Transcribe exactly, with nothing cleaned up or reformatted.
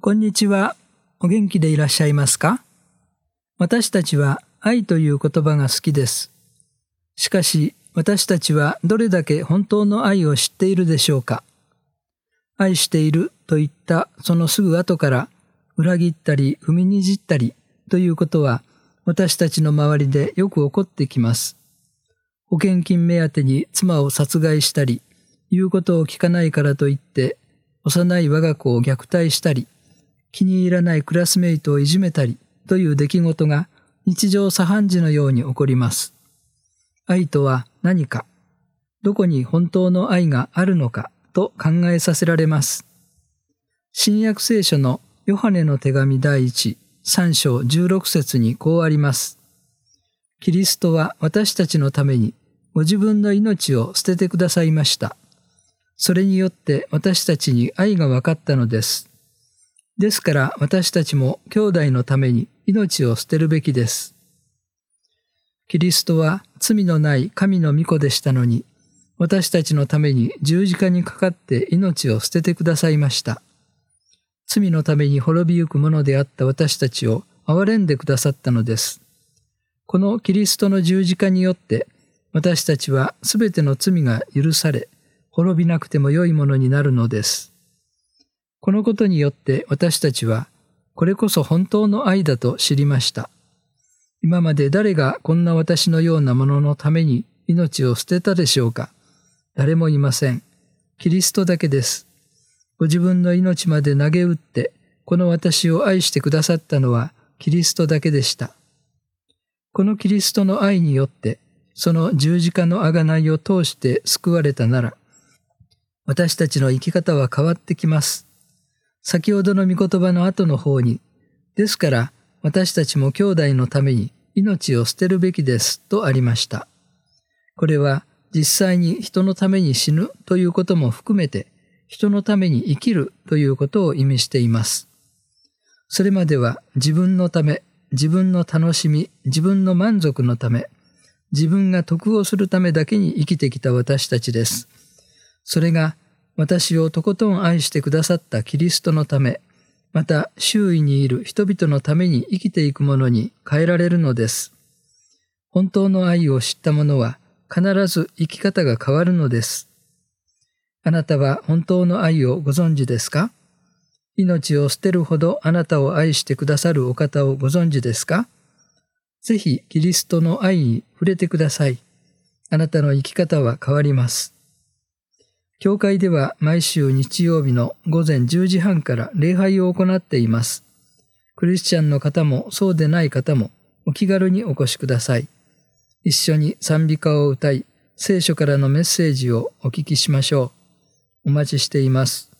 こんにちは。お元気でいらっしゃいますか？私たちは愛という言葉が好きです。しかし私たちはどれだけ本当の愛を知っているでしょうか？愛していると言ったそのすぐ後から裏切ったり踏みにじったりということは私たちの周りでよく起こってきます。保険金目当てに妻を殺害したり、言うことを聞かないからといって幼い我が子を虐待したり、気に入らないクラスメイトをいじめたりという出来事が日常茶飯事のように起こります。愛とは何か、どこに本当の愛があるのかと考えさせられます。新約聖書のヨハネの手紙第一、三章十六節にこうあります。キリストは私たちのためにご自分の命を捨ててくださいました。それによって私たちに愛が分かったのです。ですから私たちも兄弟のために命を捨てるべきです。キリストは罪のない神の御子でしたのに、私たちのために十字架にかかって命を捨ててくださいました。罪のために滅びゆくものであった私たちを憐れんでくださったのです。このキリストの十字架によって私たちはすべての罪が許され、滅びなくてもよいものになるのです。このことによって私たちはこれこそ本当の愛だと知りました。今まで誰がこんな私のようなもののために命を捨てたでしょうか？誰もいません。キリストだけです。ご自分の命まで投げ打ってこの私を愛してくださったのはキリストだけでした。このキリストの愛によってその十字架の贖いを通して救われたなら、私たちの生き方は変わってきます。先ほどの御言葉の後の方に、ですから私たちも兄弟のために命を捨てるべきですとありました。これは実際に人のために死ぬということも含めて、人のために生きるということを意味しています。それまでは自分のため、自分の楽しみ、自分の満足のため、自分が得をするためだけに生きてきた私たちです。それが私をとことん愛してくださったキリストのため、また周囲にいる人々のために生きていくものに変えられるのです。本当の愛を知った者は必ず生き方が変わるのです。あなたは本当の愛をご存知ですか？命を捨てるほどあなたを愛してくださるお方をご存知ですか？ぜひキリストの愛に触れてください。あなたの生き方は変わります。教会では毎週日曜日の午前じゅうじはんから礼拝を行っています。クリスチャンの方もそうでない方もお気軽にお越しください。一緒に賛美歌を歌い、聖書からのメッセージをお聞きしましょう。お待ちしています。